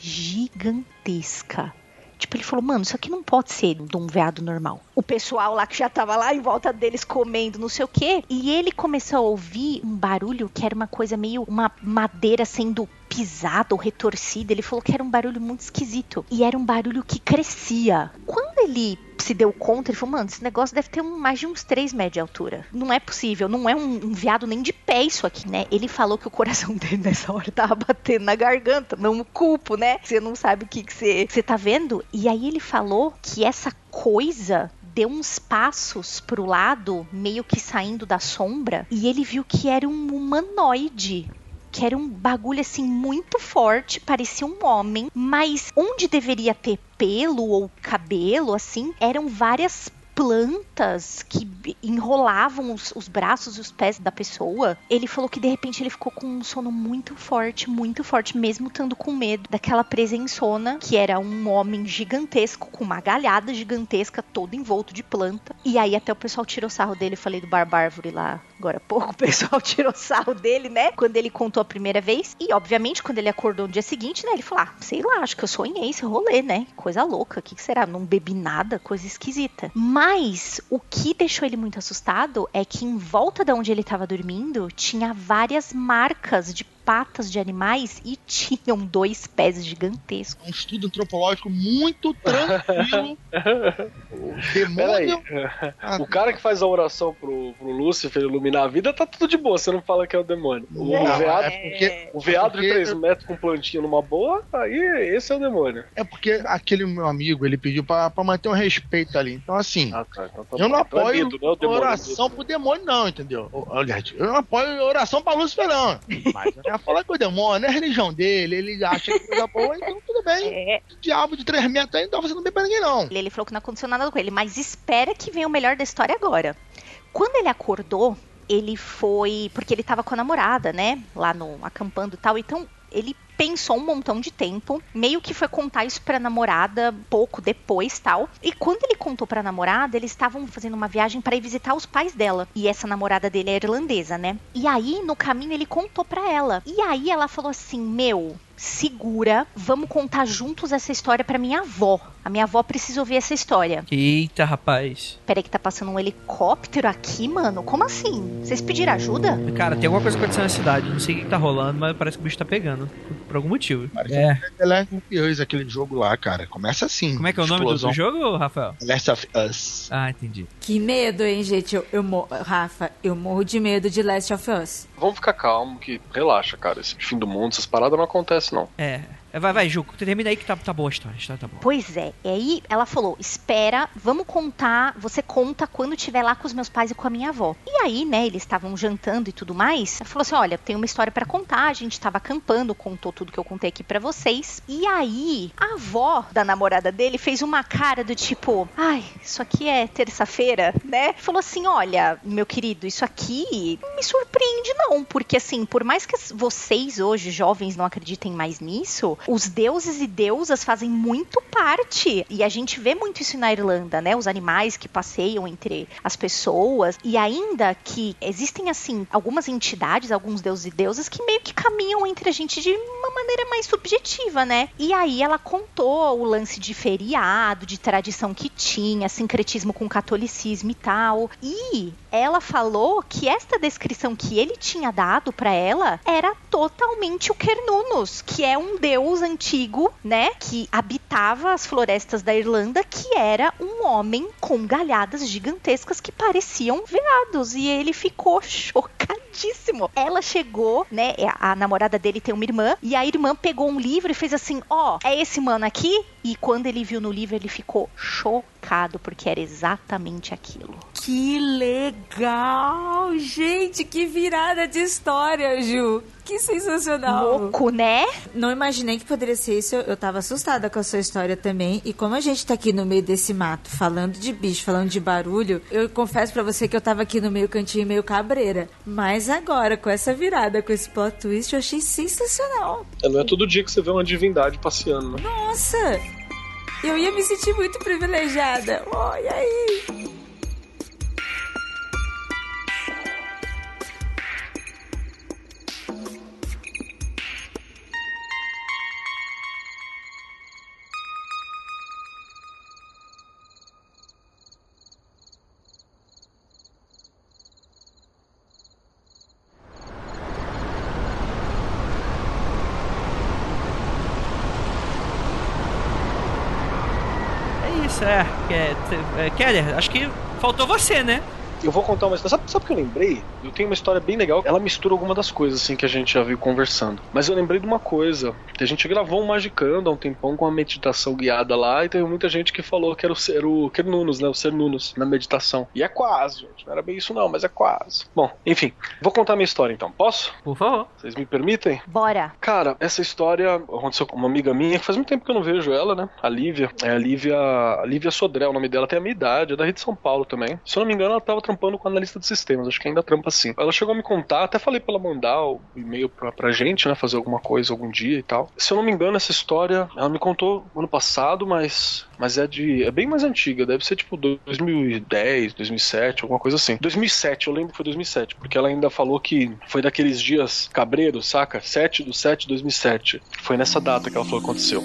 gigantesca. Tipo, ele falou, mano, isso aqui não pode ser de um veado normal. O pessoal lá que já tava lá em volta deles comendo não sei o quê. E ele começou a ouvir um barulho que era uma coisa meio, uma madeira sendo pisada ou retorcida. Ele falou que era um barulho muito esquisito. E era um barulho que crescia. Quando ele se deu conta, ele falou, mano, esse negócio deve ter um, mais de uns três metros de altura. Não é possível, não é um, um veado nem de pé isso aqui, né? Ele falou que o coração dele nessa hora tava batendo na garganta, não no culpo, né? Você não sabe o que que você, você tá vendo. E aí ele falou que essa coisa deu uns passos pro lado, meio que saindo da sombra, e ele viu que era um humanoide. Que era um bagulho assim muito forte, parecia um homem, mas onde deveria ter pelo ou cabelo, assim, eram várias plantas que enrolavam os, os braços e os pés da pessoa. Ele falou que de repente ele ficou com um sono muito forte, muito forte, mesmo estando com medo daquela presenzona, que era um homem gigantesco, com uma galhada gigantesca, todo envolto de planta. E aí até o pessoal tirou sarro dele, eu falei do Barbárvore lá agora há pouco, o pessoal tirou sarro dele, né, quando ele contou a primeira vez. E obviamente quando ele acordou no dia seguinte, né, ele falou, ah, sei lá, acho que eu sonhei esse rolê, né, coisa louca, o que, que será? Não bebi nada, coisa esquisita. Mas o que deixou ele muito assustado é que em volta de onde ele estava dormindo tinha várias marcas de patas de animais e tinham dois pés gigantescos. Um estudo antropológico muito tranquilo. O demônio... Ah, o cara que faz a oração pro, pro Lúcifer iluminar a vida tá tudo de boa, você não fala que é o demônio. O, não, o veado, é porque, o veado porque... de três metros com plantinha numa boa, aí esse é o demônio. É porque aquele meu amigo, ele pediu pra, pra manter um respeito ali. Então assim, ah, tá, então tá eu bom. não apoio então é medo, não, demônio, oração pro demônio não, entendeu? Aliás, eu não apoio oração pra Lúcifer não. Mas eu ia falar que o demônio é a religião dele, ele acha que é coisa boa, então tudo bem. É. O diabo de três metros aí não tá fazendo bem pra ninguém não. Ele falou que não aconteceu nada com ele, mas espera que venha o melhor da história agora. Quando ele acordou, ele foi... Porque ele tava com a namorada, né? Lá no acampando e tal. Então, ele pensou um montão de tempo. Meio que foi contar isso pra namorada pouco depois, tal. E quando ele contou pra namorada, eles estavam fazendo uma viagem pra ir visitar os pais dela. E essa namorada dele é irlandesa, né? E aí, no caminho, ele contou pra ela. E aí, ela falou assim, meu... segura, vamos contar juntos essa história pra minha avó. A minha avó precisa ouvir essa história. Eita, rapaz. Peraí que tá passando um helicóptero aqui, mano? Como assim? Vocês pediram ajuda? Cara, tem alguma coisa acontecendo na cidade. Não sei o que tá rolando, mas parece que o bicho tá pegando. Por, por algum motivo. Parece é. The Last of Us, aquele jogo lá, cara. Começa assim. Como é que é o nome do, do jogo, Rafael? The Last of Us. Ah, entendi. Que medo, hein, gente? Eu, eu morro... Rafa, eu morro de medo de Last of Us. Vamos ficar calmo, que relaxa, cara. Esse fim do mundo, essas paradas não acontecem, não. É. Vai, vai, Ju, termina aí que tá, tá boa a história, a história tá boa. Pois é, e aí ela falou, espera, vamos contar, você conta quando estiver lá com os meus pais e com a minha avó. E aí, né, eles estavam jantando e tudo mais, ela falou assim, olha, tem uma história pra contar, a gente tava acampando, contou tudo que eu contei aqui pra vocês. E aí, a avó da namorada dele fez uma cara do tipo, ai, isso aqui é terça-feira, né? Falou assim, olha, meu querido, isso aqui não me surpreende não, porque assim, por mais que vocês hoje, jovens, não acreditem mais nisso, os deuses e deusas fazem muito parte, e a gente vê muito isso na Irlanda, né, os animais que passeiam entre as pessoas, e ainda que existem, assim, algumas entidades, alguns deuses e deusas que meio que caminham entre a gente de uma maneira mais subjetiva, né, e aí ela contou o lance de feriado, de tradição que tinha, sincretismo com catolicismo e tal, e ela falou que esta descrição que ele tinha dado pra ela era totalmente o Cernunnos, que é um deus antigo, né, que habitava as florestas da Irlanda, que era um homem com galhadas gigantescas que pareciam veados, e ele ficou chocadíssimo. Ela chegou, né, a, a namorada dele tem uma irmã, e a irmã pegou um livro e fez assim, ó, oh, é esse mano aqui? E quando ele viu no livro, ele ficou chocado, porque era exatamente aquilo. Que legal! Gente, que virada de história, Ju! Que sensacional! Louco, né? Não imaginei que poderia ser isso. Eu tava assustada com a sua história também. E como a gente tá aqui no meio desse mato, falando de bicho, falando de barulho, eu confesso pra você que eu tava aqui no meio cantinho, meio cabreira. Mas agora, com essa virada, com esse plot twist, eu achei sensacional. É, não é todo dia que você vê uma divindade passeando, né? Nossa! Eu ia me sentir muito privilegiada. Olha aí! É, é, é, Keller, acho que faltou você, né? Eu vou contar uma história. Sabe, sabe o que eu lembrei? Eu tenho uma história bem legal. Ela mistura alguma das coisas, assim, que a gente já viu conversando. Mas eu lembrei de uma coisa. Que a gente gravou um Magicando há um tempão com uma meditação guiada lá. E teve muita gente que falou que era o ser, o Kernunos, né? O ser Nunos na meditação. E é quase, gente. Não era bem isso não, mas é quase. Bom, enfim. Vou contar minha história então. Posso? Por favor. Vocês me permitem? Bora. Cara, essa história aconteceu com uma amiga minha, que faz muito tempo que eu não vejo ela, né? A Lívia. É a Lívia, a Lívia Sodré, o nome dela tem a minha idade, é da Rede São Paulo também. Se eu não me engano, ela tava trampando com analista de sistemas, acho que ainda trampa assim. Ela chegou a me contar, até falei pra ela mandar o e-mail pra, pra gente, né? Fazer alguma coisa algum dia e tal. Se eu não me engano, essa história, ela me contou ano passado, mas, mas é de. É bem mais antiga, deve ser tipo dois mil e dez, dois mil e sete, alguma coisa assim. dois mil e sete, eu lembro que foi dois mil e sete, porque ela ainda falou que foi daqueles dias cabreiros, saca? sete do sete de dois mil e sete. Foi nessa data que ela falou que aconteceu.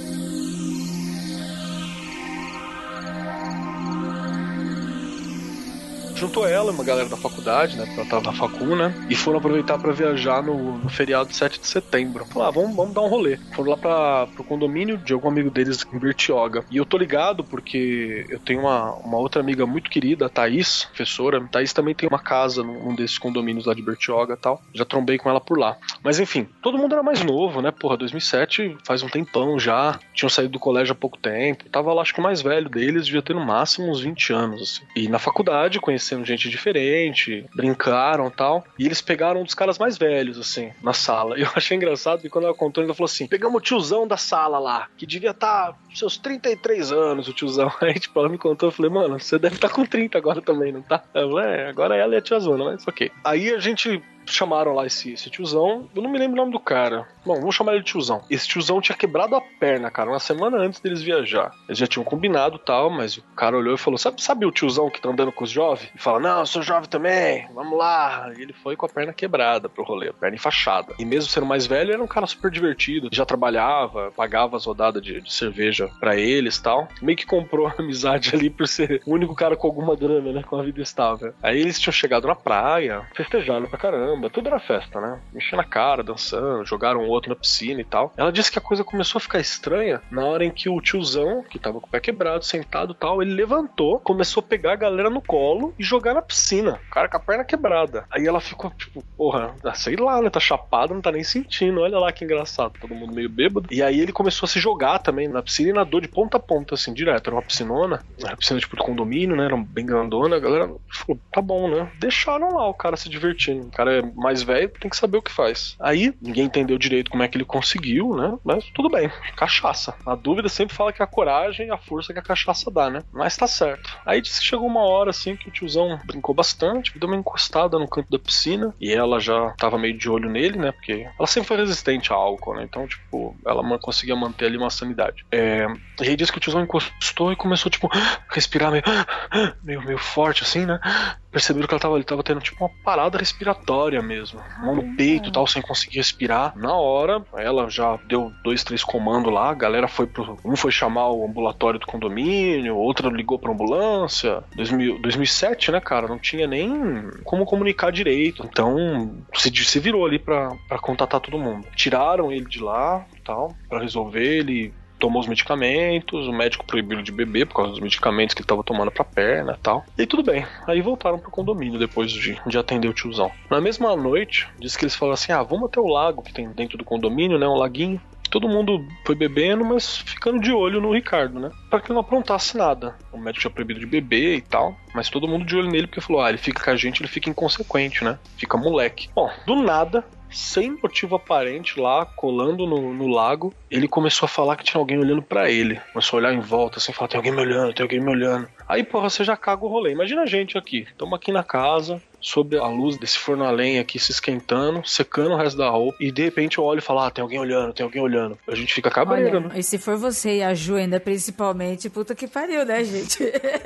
Juntou ela, uma galera da faculdade, né? Porque ela tava na facu, né? E foram aproveitar pra viajar no, no feriado de sete de setembro. Falaram, ah, vamos, vamos dar um rolê. Foram lá pra, pro condomínio de algum amigo deles em Bertioga. E eu tô ligado porque eu tenho uma, uma outra amiga muito querida, a Thaís, professora. A Thaís também tem uma casa num desses condomínios lá de Bertioga e tal. Já trombei com ela por lá. Mas enfim, todo mundo era mais novo, né? Porra, dois mil e sete faz um tempão já. Tinham saído do colégio há pouco tempo. Tava lá, acho que o mais velho deles devia ter no máximo uns vinte anos, assim. E na faculdade, conheci sendo gente diferente, brincaram e tal, e eles pegaram um dos caras mais velhos, assim, na sala. E eu achei engraçado que quando ela contou, ele falou assim, pegamos o tiozão da sala lá, que devia estar tá seus trinta e três anos, o tiozão. Aí, tipo, ela me contou, eu falei, mano, você deve estar tá com trinta agora também, não tá? Eu falei, é, agora ela é a tiazona, mas ok. Aí a gente chamaram lá esse, esse tiozão, eu não me lembro o nome do cara. Bom, vamos chamar ele de tiozão. Esse tiozão tinha quebrado a perna, cara, uma semana antes deles viajar. Eles já tinham combinado e tal, mas o cara olhou e falou, sabe, sabe o tiozão que tá andando com os jovens? E fala, não, eu sou jovem também, vamos lá. E ele foi com a perna quebrada pro rolê, a perna enfaixada. E mesmo sendo mais velho, era um cara super divertido, já trabalhava, pagava as rodadas de, de cerveja pra eles e tal. Meio que comprou a amizade ali por ser o único cara com alguma grana, né, com a vida estável. Aí eles tinham chegado na praia, festejaram pra caramba, tudo era festa, né? Mexendo a cara, dançando, jogaram um outro na piscina e tal. Ela disse que a coisa começou a ficar estranha na hora em que o tiozão, que tava com o pé quebrado, sentado e tal, ele levantou, começou a pegar a galera no colo e jogar na piscina. O cara com a perna quebrada. Aí ela ficou tipo, porra, sei lá, né? Tá chapado, não tá nem sentindo. Olha lá que engraçado. Todo mundo meio bêbado. E aí ele começou a se jogar também na piscina e nadou de ponta a ponta, assim, direto. Era uma piscinona. Era uma piscina tipo de condomínio, né? Era bem grandona. A galera falou, tá bom, né? Deixaram lá o cara se divertindo. O cara é mais velho, tem que saber o que faz. Aí, ninguém entendeu direito como é que ele conseguiu, né? Mas tudo bem. Cachaça. A dúvida sempre fala que a coragem e a força que a cachaça dá, né? Mas tá certo. Aí disse que chegou uma hora, assim, que o tiozão brincou bastante, deu uma encostada no canto da piscina, e ela já tava meio de olho nele, né? Porque ela sempre foi resistente a álcool, né? Então, tipo, ela conseguia manter ali uma sanidade. É... E aí disse que o tiozão encostou e começou, tipo, a respirar meio, meio, meio forte, assim, né? Perceberam que ela tava, ele tava tendo, tipo, uma parada respiratória mesmo. Mão no peito e tal, sem conseguir respirar. Na hora, ela já deu dois, três comandos lá, a galera foi pro... Um foi chamar o ambulatório do condomínio, outra ligou pra ambulância. dois mil, dois mil e sete, né, cara? Não tinha nem como comunicar direito. Então, se, se virou ali pra, pra contatar todo mundo. Tiraram ele de lá e tal, pra resolver. Ele tomou os medicamentos, o médico proibiu de beber por causa dos medicamentos que ele tava tomando pra perna e tal. E aí tudo bem. Aí voltaram pro condomínio depois de, de atender o tiozão. Na mesma noite, disse que eles falaram assim, ah, vamos até o lago que tem dentro do condomínio, né, um laguinho. Todo mundo foi bebendo, mas ficando de olho no Ricardo, né? Pra que ele não aprontasse nada. O médico tinha proibido de beber e tal, mas todo mundo de olho nele porque falou, ah, ele fica com a gente, ele fica inconsequente, né? Fica moleque. Bom, do nada, sem motivo aparente lá, colando no, no lago, ele começou a falar que tinha alguém olhando pra ele. Começou a olhar em volta, assim, falar, tem alguém me olhando, tem alguém me olhando. Aí, porra, você já caga o rolê. Imagina a gente aqui, estamos aqui na casa, sob a luz desse forno a lenha aqui se esquentando, secando o resto da roupa, e de repente eu olho e falo, ah, tem alguém olhando, tem alguém olhando. A gente fica cabreiro, Olha, né? E se for você e a Ju ainda, principalmente, puta que pariu, né, gente?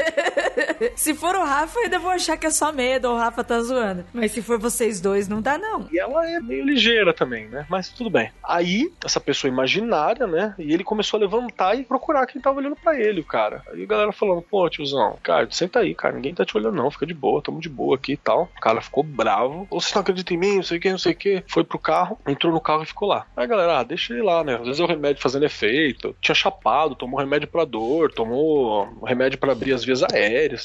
Se for o Rafa, eu ainda vou achar que é só medo, ou o Rafa tá zoando. Mas se for vocês dois, não dá, não. E ela é meio ligeira também, né? Mas tudo bem. Aí, essa pessoa imaginária, né? E ele começou a levantar e procurar quem tava olhando pra ele, o cara. Aí a galera falando, pô, tiozão, cara, senta aí, cara, ninguém tá te olhando não, fica de boa, tamo de boa aqui e tal. O cara ficou bravo. Ou você não acredita em mim, não sei o que, não sei o que. Foi pro carro, entrou no carro e ficou lá. Aí a galera, ah, deixa ele lá, né? Às vezes é o remédio fazendo efeito. Tinha chapado, tomou remédio pra dor, tomou remédio pra abrir as vias aéreas e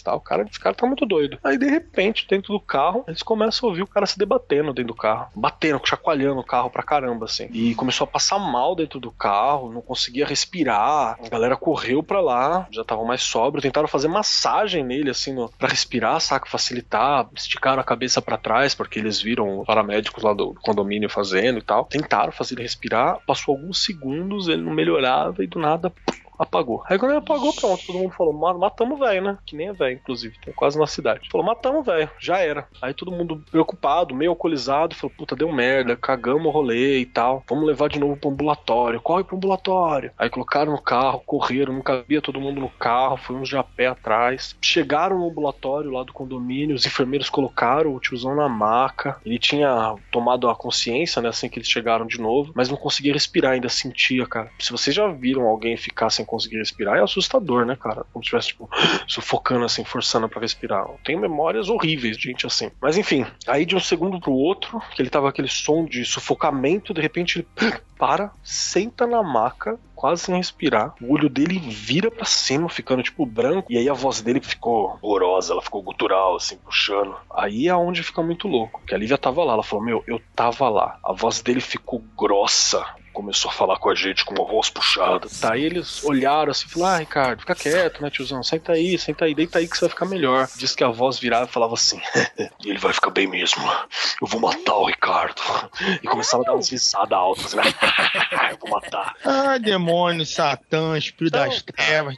tá? O cara, esse cara tá muito doido. Aí, de repente, dentro do carro, eles começam a ouvir o cara se debatendo dentro do carro. Batendo, chacoalhando o carro pra caramba, assim. E começou a passar mal dentro do carro, não conseguia respirar. A galera correu pra lá, já tava mais sóbrio, tentaram fazer massagem nele, assim, no, pra respirar, saca? Facilitar, esticaram a cabeça pra trás, porque eles viram os paramédicos lá do condomínio fazendo e tal. Tentaram fazer ele respirar, passou alguns segundos, ele não melhorava e do nada... apagou. Aí quando ele apagou, pronto, todo mundo falou, matamos o velho, né? Que nem é velho, inclusive, tá quase na cidade. Falou, matamos o velho, já era. Aí todo mundo preocupado, meio alcoolizado, falou, puta, deu merda, cagamos o rolê e tal. Vamos levar de novo pro ambulatório. Corre pro ambulatório. Aí colocaram no carro, correram, não cabia todo mundo no carro, foi uns de a pé atrás. Chegaram no ambulatório lá do condomínio, os enfermeiros colocaram o tiozão na maca. Ele tinha tomado a consciência, né, assim que eles chegaram de novo, mas não conseguia respirar, ainda sentia, cara. Se vocês já viram alguém ficar sem conseguir respirar, é assustador, né, cara? Como se estivesse, tipo, sufocando, assim, forçando pra respirar. Eu tenho memórias horríveis de gente assim. Mas, enfim, aí de um segundo pro outro, que ele tava aquele som de sufocamento, de repente ele para, senta na maca, quase sem respirar. O olho dele vira pra cima, ficando, tipo, branco. E aí a voz dele ficou horrorosa, ela ficou gutural, assim, puxando. Aí é onde fica muito louco. Que a Lívia tava lá. Ela falou, meu, eu tava lá. A voz dele ficou grossa. Começou a falar com a gente com uma voz puxada. Daí eles olharam assim e falaram, ah, Ricardo, fica quieto, né, tiozão? Senta aí, senta aí, deita aí que você vai ficar melhor. Diz que a voz virava e falava assim, ele vai ficar bem mesmo. Eu vou matar o Ricardo. E começava a dar umas risadas altas, né? Eu vou matar. Ah, demônio, Satã, espírito então, das trevas.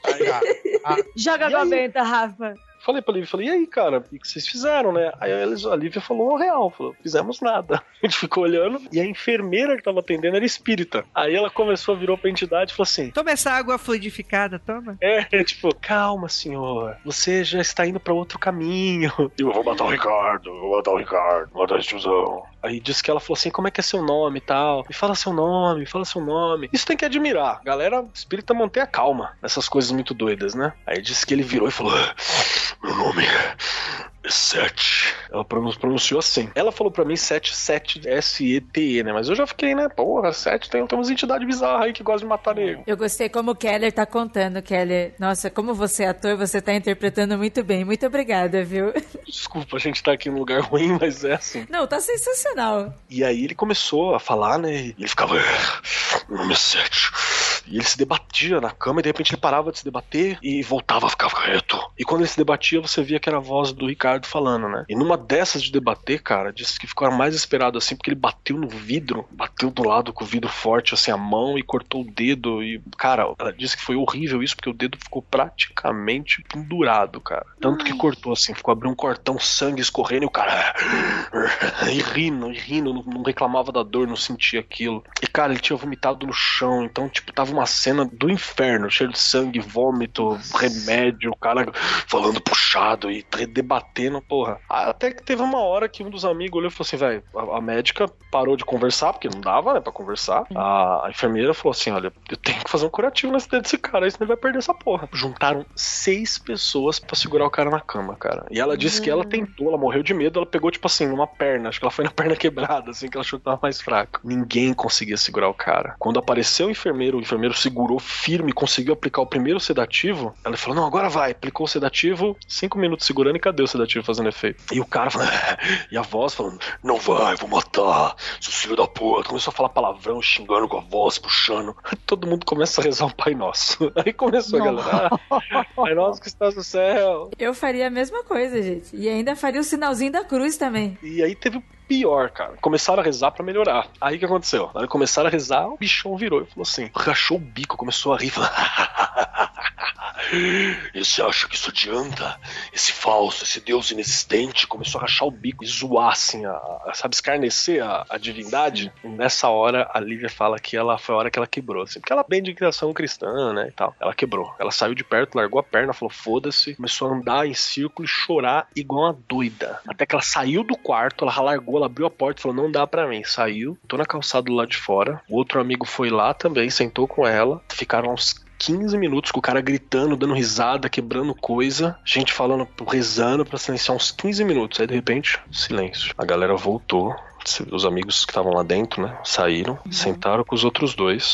Joga a benta, Rafa. Falei pra Lívia, falei, e aí, cara, o que vocês fizeram, né? Aí eles, a Lívia falou o real, falou, fizemos nada. A gente ficou olhando e a enfermeira que tava atendendo era espírita. Aí ela começou, virou pra entidade e falou assim, toma essa água fluidificada, toma. É, tipo, calma, senhor, você já está indo pra outro caminho. Eu vou matar o Ricardo, eu vou matar o Ricardo, vou matar esse tiozão. Aí disse que ela falou assim, como é que é seu nome e tal? Me fala seu nome, me fala seu nome. Isso tem que admirar. Galera, espírita mantém a calma nessas coisas muito doidas, né? Aí disse que ele virou e falou, meu nome é Sete. Ela pronunciou assim. Ela falou pra mim sete, sete, S E T E, né? Mas eu já fiquei, né? Porra, sete tem, tem umas entidades bizarras aí que gostam de matar nego. Eu gostei como o Keller tá contando, Keller. Nossa, como você é ator, você tá interpretando muito bem. Muito obrigada, viu? Desculpa, a gente tá aqui num lugar ruim, mas é assim. Não, tá sensacional. E aí ele começou a falar, né? E ele ficava, meu nome é Sete. E ele se debatia na cama e de repente ele parava de se debater e voltava a ficar reto. E quando ele se debatia, você via que era a voz do Ricardo falando, né? E numa dessas de debater, cara, disse que ficou mais esperado assim, porque ele bateu no vidro, bateu do lado com o vidro forte, assim, a mão e cortou o dedo. E, cara, ela disse que foi horrível isso, porque o dedo ficou praticamente pendurado, cara. Tanto Ai. que cortou, assim, ficou abrindo um cortão, sangue escorrendo e o cara e rindo, e rindo, não, não reclamava da dor, não sentia aquilo. E, cara, ele tinha vomitado no chão, então, tipo, tava uma cena do inferno, cheio de sangue, vômito, remédio, o cara falando puxado e debatendo, porra. Até que teve uma hora que um dos amigos olhou e falou assim, velho, a, a médica parou de conversar, porque não dava, né, pra conversar. A, a enfermeira falou assim, olha, eu tenho que fazer um curativo nesse dedo desse cara, aí senão ele vai perder essa porra. Juntaram seis pessoas pra segurar o cara na cama, cara. E ela disse uhum. que ela tentou, ela morreu de medo, ela pegou, tipo assim, numa perna, acho que ela foi na perna quebrada, assim, que ela achou que tava mais fraco. Ninguém conseguia segurar o cara. Quando apareceu o enfermeiro, o enfermeiro segurou firme, conseguiu aplicar o primeiro sedativo, ela falou, não, agora vai, aplicou o sedativo, cinco minutos segurando e cadê o sedativo fazendo efeito? E o cara falando, e a voz falando, não vai, vou matar, seu filho da puta. Começou a falar palavrão, xingando com a voz, puxando. Todo mundo começa a rezar um Pai Nosso. Aí começou não. a galera, ah, Pai Nosso que está no céu. Eu faria a mesma coisa, gente. E ainda faria o sinalzinho da cruz também. E aí teve o pior, cara. Começaram a rezar pra melhorar. Aí o que aconteceu? Na hora que começaram a rezar, o bichão virou e falou assim, rachou o bico, começou a rir, falou, e você acha que isso adianta? Esse falso, esse Deus inexistente, começou a rachar o bico e zoar, assim, a, a, sabe, escarnecer a, a divindade. E nessa hora, a Lívia fala que ela foi a hora que ela quebrou, assim, porque ela é bem de criação cristã, né, e tal. Ela quebrou. Ela saiu de perto, largou a perna, falou, foda-se, começou a andar em círculo e chorar igual uma doida. Até que ela saiu do quarto, ela largou, ela abriu a porta e falou, não dá pra mim. Saiu, tô na calçada do lado de fora, o outro amigo foi lá também, sentou com ela, ficaram uns quinze minutos com o cara gritando, dando risada, quebrando coisa, gente falando, rezando pra silenciar uns quinze minutos. Aí de repente, silêncio. A galera voltou, os amigos que estavam lá dentro, né, saíram, uhum. sentaram com os outros dois,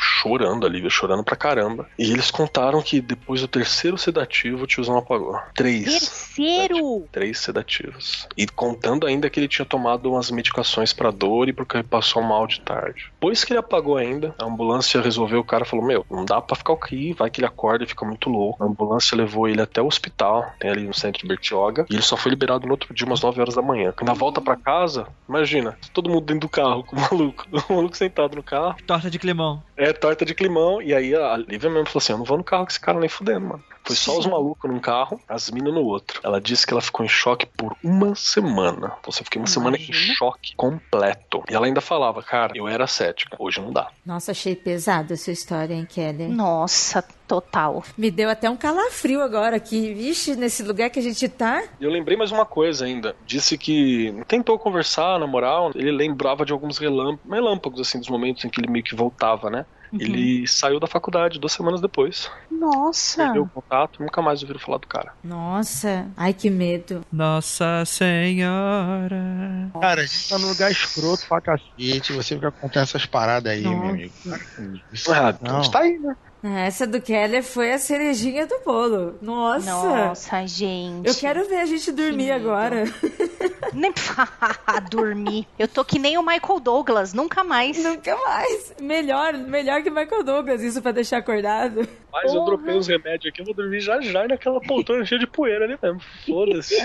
chorando, a Lívia chorando pra caramba. E eles contaram que depois do terceiro sedativo o tiozão apagou. Três. Terceiro? Três sedativos. E contando ainda que ele tinha tomado umas medicações pra dor e porque ele passou mal de tarde. Depois que ele apagou ainda, a ambulância resolveu, o cara falou, meu, não dá pra ficar aqui, vai que ele acorda e fica muito louco. A ambulância levou ele até o hospital, tem ali no centro de Bertioga, e ele só foi liberado no outro dia, umas nove horas da manhã. Na volta pra casa, imagina, todo mundo dentro do carro, com o maluco, o maluco sentado no carro. Torta de climão. É, torta de climão, e aí a Lívia mesmo falou assim, eu não vou no carro com esse cara nem fudendo, mano. Foi só os malucos num carro, as minas no outro. Ela disse que ela ficou em choque por uma semana. Você fiquei uma semana em choque completo. E ela ainda falava, cara, eu era cética, hoje não dá. Nossa, achei pesada a sua história, hein, Kelly? Nossa, total. Me deu até um calafrio agora aqui. Vixe, nesse lugar que a gente tá. Eu lembrei mais uma coisa ainda. Disse que tentou conversar, na moral. Ele lembrava de alguns relâmpagos, relâmpagos assim, dos momentos em que ele meio que voltava, né? Uhum. Ele saiu da faculdade duas semanas depois. Nossa. Perdeu o contato, nunca mais ouviram falar do cara. Nossa, ai que medo. Nossa Senhora. Cara, a gente tá num lugar escroto pra cacete. Você fica contando essas paradas aí, Nossa. meu amigo. Isso, Ah, não. tá aí, né? Essa do Keller foi a cerejinha do bolo. Nossa. Nossa, gente. Eu quero ver a gente dormir agora. Nem dormir. Eu tô que nem o Michael Douglas, nunca mais. Nunca mais. Melhor, melhor que Michael Douglas, isso pra deixar acordado. Mas eu dropei os remédios aqui, eu vou dormir já já naquela poltrona cheia de poeira ali mesmo. Foda-se.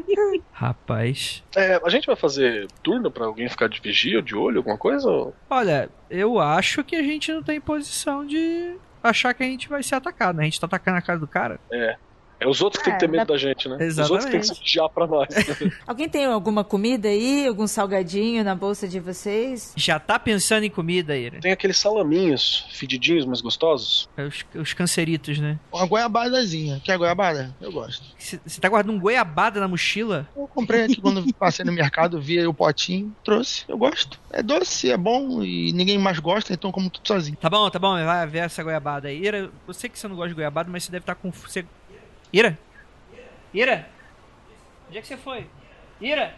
Rapaz. É, a gente vai fazer turno pra alguém ficar de vigia, de olho, alguma coisa? Ou... Olha, eu acho que a gente não tem posição de achar que a gente vai ser atacado, né? A gente tá atacando a casa do cara. É. É os outros que tem que ter medo da gente, né? Exatamente. Os outros que tem que se vigiar pra nós. Alguém tem alguma comida aí? Algum salgadinho na bolsa de vocês? Já tá pensando em comida, Ira? Tem aqueles salaminhos fedidinhos, mas gostosos. É os, os canceritos, né? Uma goiabadazinha. Quer goiabada? Eu gosto. Você tá guardando um goiabada na mochila? Eu comprei aqui quando passei no mercado, vi o potinho, trouxe. Eu gosto. É doce, é bom e ninguém mais gosta, então como tudo sozinho. Tá bom, tá bom, vai ver essa goiabada aí. Ira, eu sei que você não gosta de goiabada, mas você deve estar com... Você... Ira? Ira? Onde é que você foi? Ira?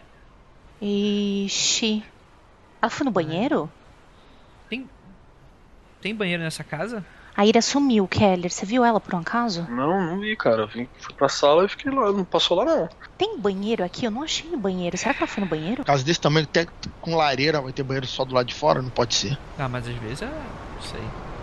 Ixi. Ela foi no banheiro? Tem... Tem banheiro nessa casa? A Ira sumiu, Keller. Você viu ela por um acaso? Não, não vi, cara. Eu vim, fui pra sala e fiquei lá. Não passou lá, não. Tem banheiro aqui? Eu não achei o banheiro. Será que ela foi no banheiro? Caso desse tamanho, até com lareira, vai ter banheiro só do lado de fora? Não pode ser. Ah, mas às vezes é... Não sei.